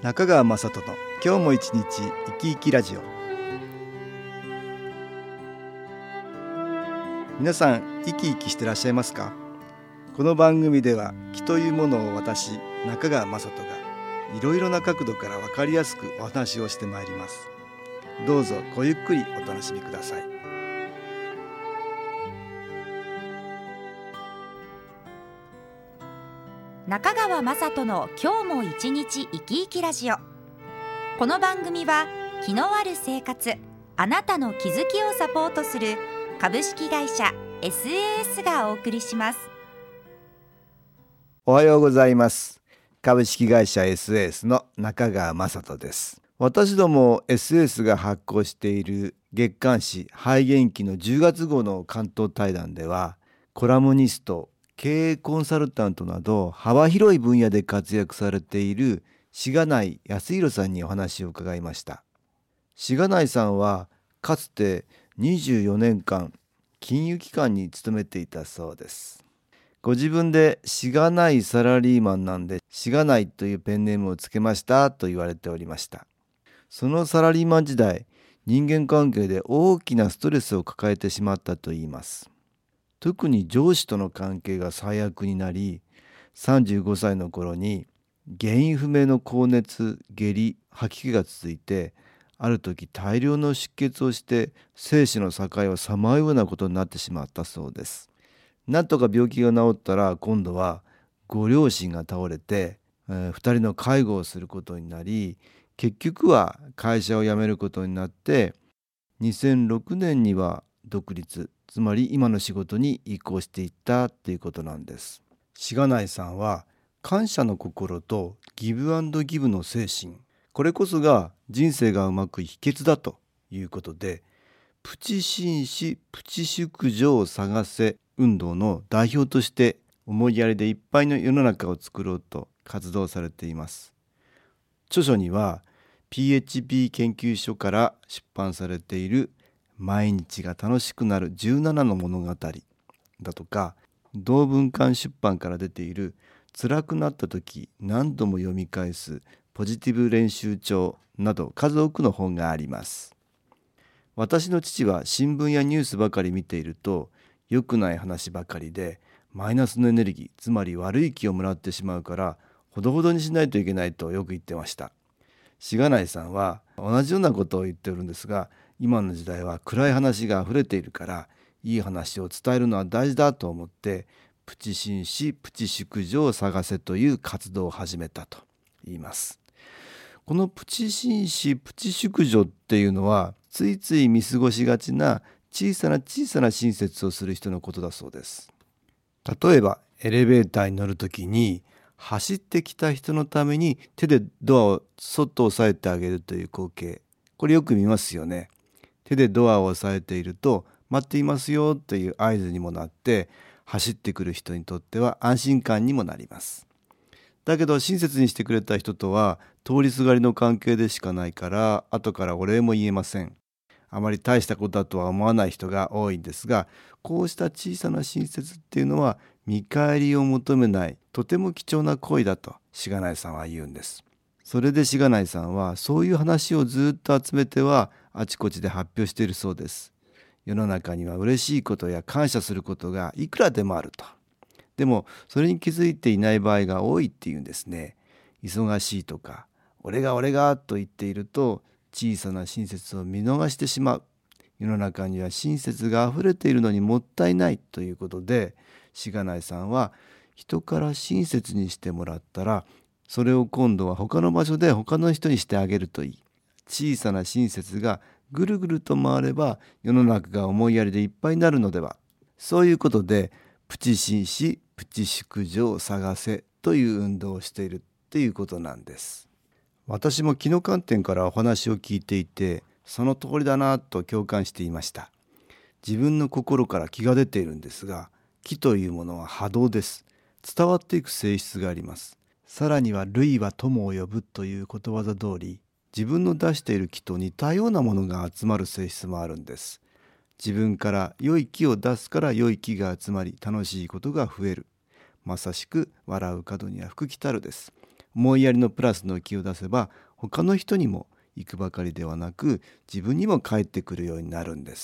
中川雅人の今日も一日生き生きラジオ。皆さん生き生きしてらっしゃいますか？この番組では気というものを私中川雅人がいろいろな角度から分かりやすくお話をしてまいります。どうぞごゆっくりお楽しみください。 中川雅人の今日も一日生き生きラジオ。この番組は気のある生活、あなたの気づきをサポートする株式会社 SAS がお送りします。 おはようございます。株式会社 SAS の中川雅人です。私ども SAS が発行している月刊誌肺元気の10月号の関東対談では、コラムニスト、経営コンサルタントなど幅広い分野で活躍されているしがない康弘さんにお話を伺いました。しがないさんはかつて24年間金融機関に勤めていたそうです。ご自分でしがないサラリーマンなんでしがないというペンネームをつけましたと言われておりました。そのサラリーマン時代、人間関係で大きなストレスを抱えてしまったといいます。特に上司との関係が最悪になり、35歳の頃に原因不明の高熱、下痢、吐き気が続いて、ある時大量の出血をして生死の境をさまようようなことになってしまったそうです。なんとか病気が治ったら今度はご両親が倒れて、2人の介護をすることになり、結局は会社を辞めることになって2006年には独立、つまり今の仕事に移行していったということなんです。しがないさんは感謝の心とギブアンドギブの精神、これこそが人生がうまくいく秘訣だということで、プチ紳士プチ淑女を探せ運動の代表として思いやりでいっぱいの世の中を作ろうと活動されています。著書には PHP 研究所から出版されている毎日が楽しくなる17の物語だとか、同文館出版から出ている辛くなった時何度も読み返すポジティブ練習帳など数多くの本があります。私の父は新聞やニュースばかり見ていると良くない話ばかりでマイナスのエネルギー、つまり悪い気をもらってしまうからほどほどにしないといけないとよく言ってました。しがないさんは同じようなことを言っているんですが、今の時代は暗い話があふれているからいい話を伝えるのは大事だと思って、プチ紳士プチ淑女を探せという活動を始めたと言います。このプチ紳士プチ淑女っていうのはついつい見過ごしがちな小さな親切をする人のことだそうです。例えばエレベーターに乗るときに走ってきた人のために手でドアをそっと押さえてあげるという光景、これよく見ますよね。手でドアを押さえていると待っていますよという合図にもなって、走ってくる人にとっては安心感にもなります。だけど親切にしてくれた人とは通りすがりの関係でしかないから後からお礼も言えません。あまり大したことだとは思わない人が多いんですが、こうした小さな親切っていうのは見返りを求めないとても貴重な行為だとしがないさんは言うんです。それでしがないさんはそういう話をずっと集めてはあちこちで発表しているそうです。世の中には嬉しいことや感謝することがいくらでもあると。でもそれに気づいていない場合が多いっていうんですね。忙しいとか俺がと言っていると小さな親切を見逃してしまう。世の中には親切があふれているのにもったいないということで、しがないさんは人から親切にしてもらったらそれを今度は他の場所で他の人にしてあげるといい。小さな親切がぐるぐると回れば世の中が思いやりでいっぱいになるのでは。そういうことでプチ紳士プチ淑女を探せという運動をしているっていうことなんです。私も気の観点からお話を聞いていてその通りだなと共感していました。自分の心から気が出ているんですが、気というものは波動です。伝わっていく性質があります。さらには類は友を呼ぶということわざ通り、自分の出している気と似たようなものが集まる性質もあるんです。自分から良い気を出すから良い気が集まり楽しいことが増える。まさしく笑う門には福来たるです。 思いやりのプラスの気を出せば、他の人にも行くばかりではなく、自分にも返ってくるようになるんです。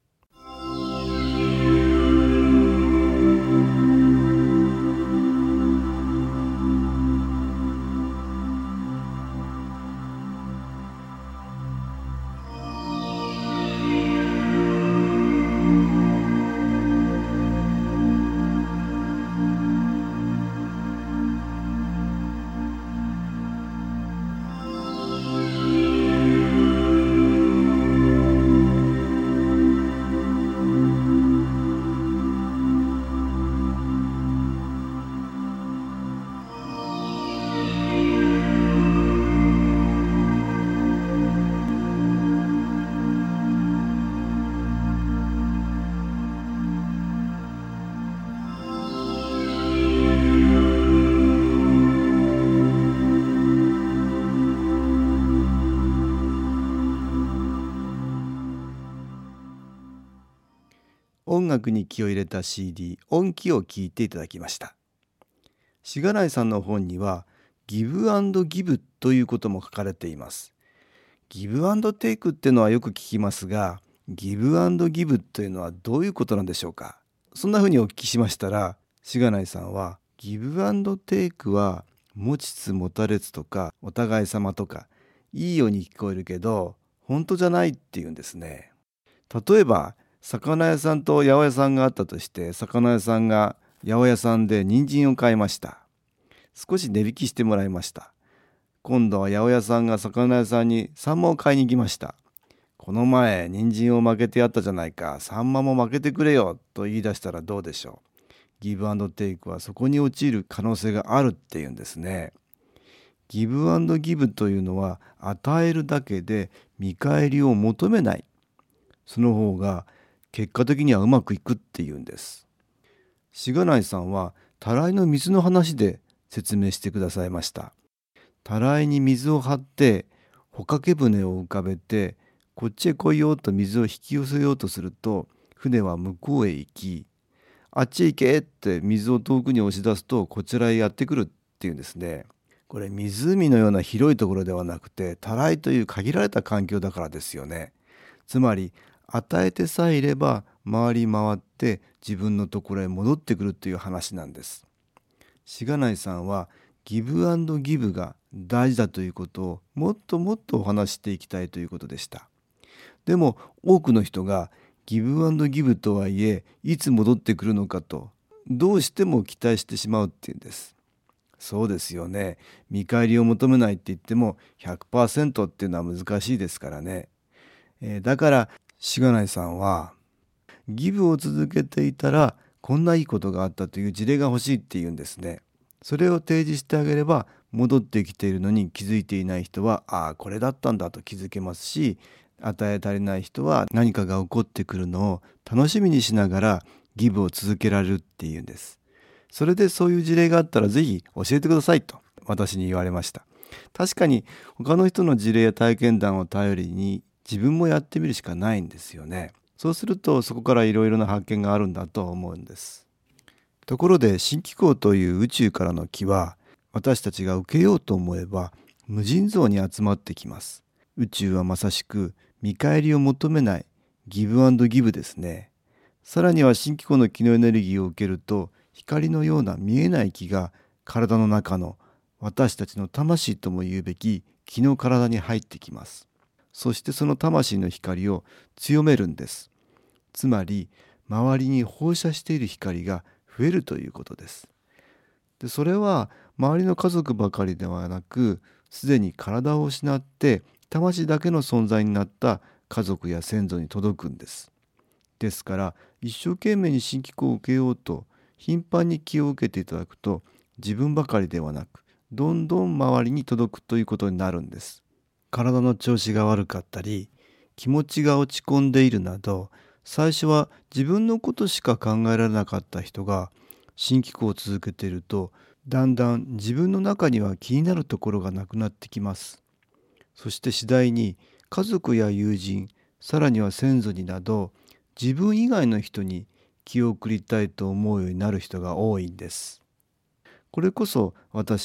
音楽に気を入れた CD 音気を聴いていただきました。しがないさんの本にはギブアンドギブということも書かれています。ギブアンドテイクっていうのはよく聞きますが、ギブアンドギブというのはどういうことなんでしょうか。そんなふうにお聞きしましたら、しがないさんはギブアンドテイクは持ちつ持たれつとかお互い様とかいいように聞こえるけど本当じゃないっていうんですね。例えば魚屋さんと八百屋さんがあったとして、魚屋さんが八百屋さんで人参を買いました。少し値引きしてもらいました。今度は八百屋さんが魚屋さんにサンマを買いに行きました。この前人参を負けてやったじゃないか、サンマも負けてくれよと言い出したらどうでしょう。ギブアンドテイクはそこに陥る可能性があるっていうんですね。ギブアンドギブというのは与えるだけで見返りを求めない。その方が結果的にはうまくいくっていうんです。しがないさんはたらいの水の話で説明してくださいました。たらいに水を張って帆掛け船を浮かべて、こっちへ来いよと水を引き寄せようとすると、船は向こうへ行き、あっちへ行けって水を遠くに押し出すとこちらへやってくるっていうんですね。これ湖のような広いところではなくて、たらいという限られた環境だからですよね。つまり与えてさえいれば回り回って自分のところへ戻ってくるという話なんです。しがないさんはギブアンドギブが大事だということをもっともっとお話していきたいということでした。でも多くの人がギブアンドギブとはいえいつ戻ってくるのかとどうしても期待してしまうっていうんです。そうですよね。見返りを求めないって言っても 100% っていうのは難しいですからね。だからしがないさんはギブを続けていたらこんないいことがあったという事例が欲しいっていうんですね。それを提示してあげれば、戻ってきているのに気づいていない人はこれだったんだと気づけますし、与え足りない人は何かが起こってくるのを楽しみにしながらギブを続けられるっていうんです。それでそういう事例があったらぜひ教えてくださいと私に言われました。確かに他の人の事例や体験談を頼りに自分もやってみるしかないんですよね。そうするとそこからいろいろな発見があるんだと思うんです。ところで新機構という宇宙からの気は、私たちが受けようと思えば無尽蔵に集まってきます。宇宙はまさしく見返りを求めないギブアンドギブですね。さらには新機構の気のエネルギーを受けると、光のような見えない気が体の中の私たちの魂とも言うべき気の体に入ってきます。そしてその魂の光を強めるんです。つまり周りに放射している光が増えるということです。で、それは周りの家族ばかりではなく、すでに体を失って魂だけの存在になった家族や先祖に届くんです。ですから一生懸命に新機構を受けようと頻繁に気を受けていただくと、自分ばかりではなくどんどん周りに届くということになるんです。体の調子が悪かったり気持ちが落ち込んでいるなど、最初は自分のことしか考えられなかった人が新機構を続けていると、だんだん自分の中には気になるところがなくなってきます。そして次第に家族や友人、さらには先祖になど自分以外の人に気を送りたいと思うようになる人が多いんです。これこそ私は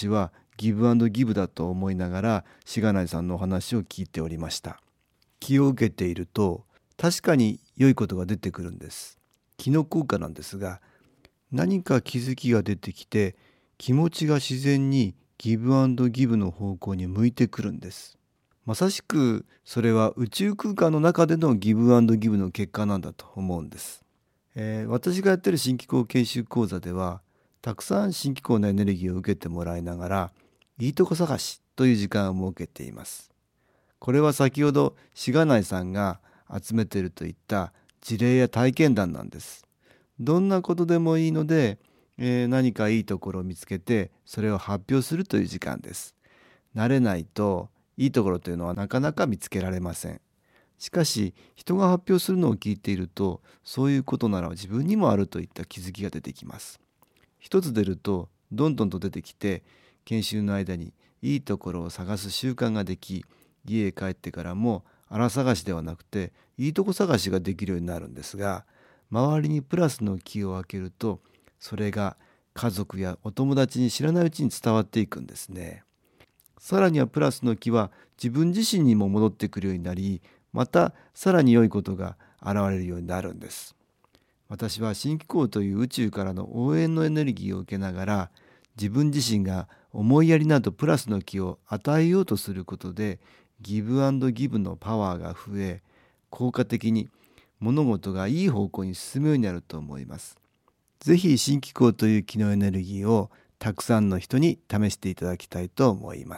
ギブアンドギブだと思いながらしがないさんのお話を聞いておりました。気を受けていると確かに良いことが出てくるんです。気の効果なんですが、何か気づきが出てきて気持ちが自然にギブアンドギブの方向に向いてくるんです。まさしくそれは宇宙空間の中でのギブアンドギブの結果なんだと思うんです。私がやっている新機構研修講座ではたくさん新機構のエネルギーを受けてもらいながらいいとこ探しという時間を設けています。これは先ほどしがないさんが集めているといった事例や体験談なんです。どんなことでもいいので、何かいいところを見つけてそれを発表するという時間です。慣れないといいところというのはなかなか見つけられません。しかし人が発表するのを聞いていると、そういうことなら自分にもあるといった気づきが出てきます。一つ出るとどんどんと出てきて、研修の間にいいところを探す習慣ができ、家へ帰ってからも荒探しではなくていいとこ探しができるようになるんですが、周りにプラスの気を開けるとそれが家族やお友達に知らないうちに伝わっていくんですね。さらにはプラスの気は自分自身にも戻ってくるようになり、またさらに良いことが現れるようになるんです。私は新機構という宇宙からの応援のエネルギーを受けながら、自分自身が思いやりなどプラスの気を与えようとすることでギブアンドギブのパワーが増え、効果的に物事がいい方向に進むようになると思います。ぜひ新機構という気のエネルギーをたくさんの人に試していただきたいと思います。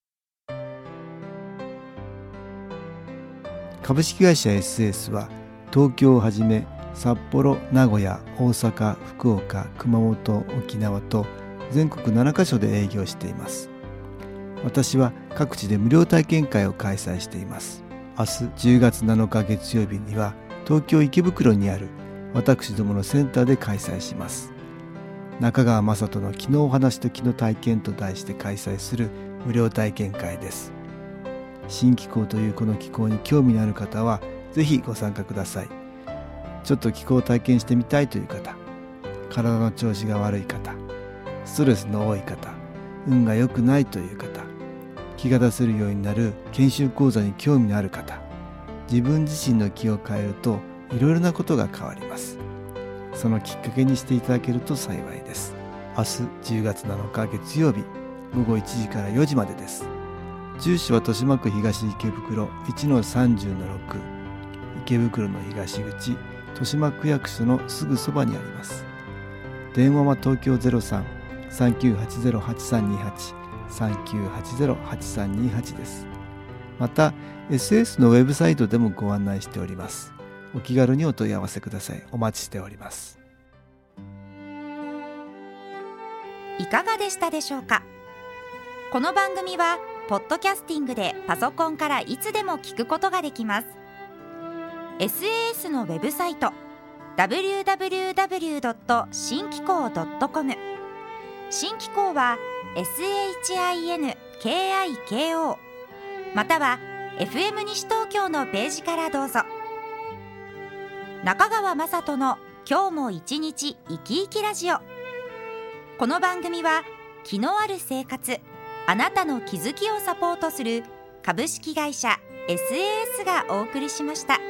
株式会社 SS は東京をはじめ札幌、名古屋、大阪、福岡、熊本、沖縄と全国7カ所で営業しています。私は各地で無料体験会を開催しています。明日10月7日月曜日には東京池袋にある私どものセンターで開催します。中川雅人の気のお話と気の体験と題して開催する無料体験会です。新気候というこの気候に興味のある方はぜひご参加ください。ちょっと気候を体験してみたいという方、体の調子が悪い方、ストレスの多い方、運が良くないという方、気が出せるようになる研修講座に興味のある方、自分自身の気を変えるといろいろなことが変わります。そのきっかけにしていただけると幸いです。明日10月7日月曜日午後1時から4時までです。住所は豊島区東池袋 1-30-6、 池袋の東口、豊島区役所のすぐそばにあります。電話は東京 03-3980-8328 3980-8328 です。また SS のウェブサイトでもご案内しております。お気軽にお問い合わせください。お待ちしております。 いかがでしたでしょうか。この番組はポッドキャスティングでパソコンからいつでも聞くことができます。 SAS のウェブサイト www. 新機構 .com、 新機構は SHINKIKO、 または FM 西東京のページからどうぞ。中川雅人の今日も一日生き生きラジオ。この番組は気のある生活、あなたの気づきをサポートする株式会社 SAS がお送りしました。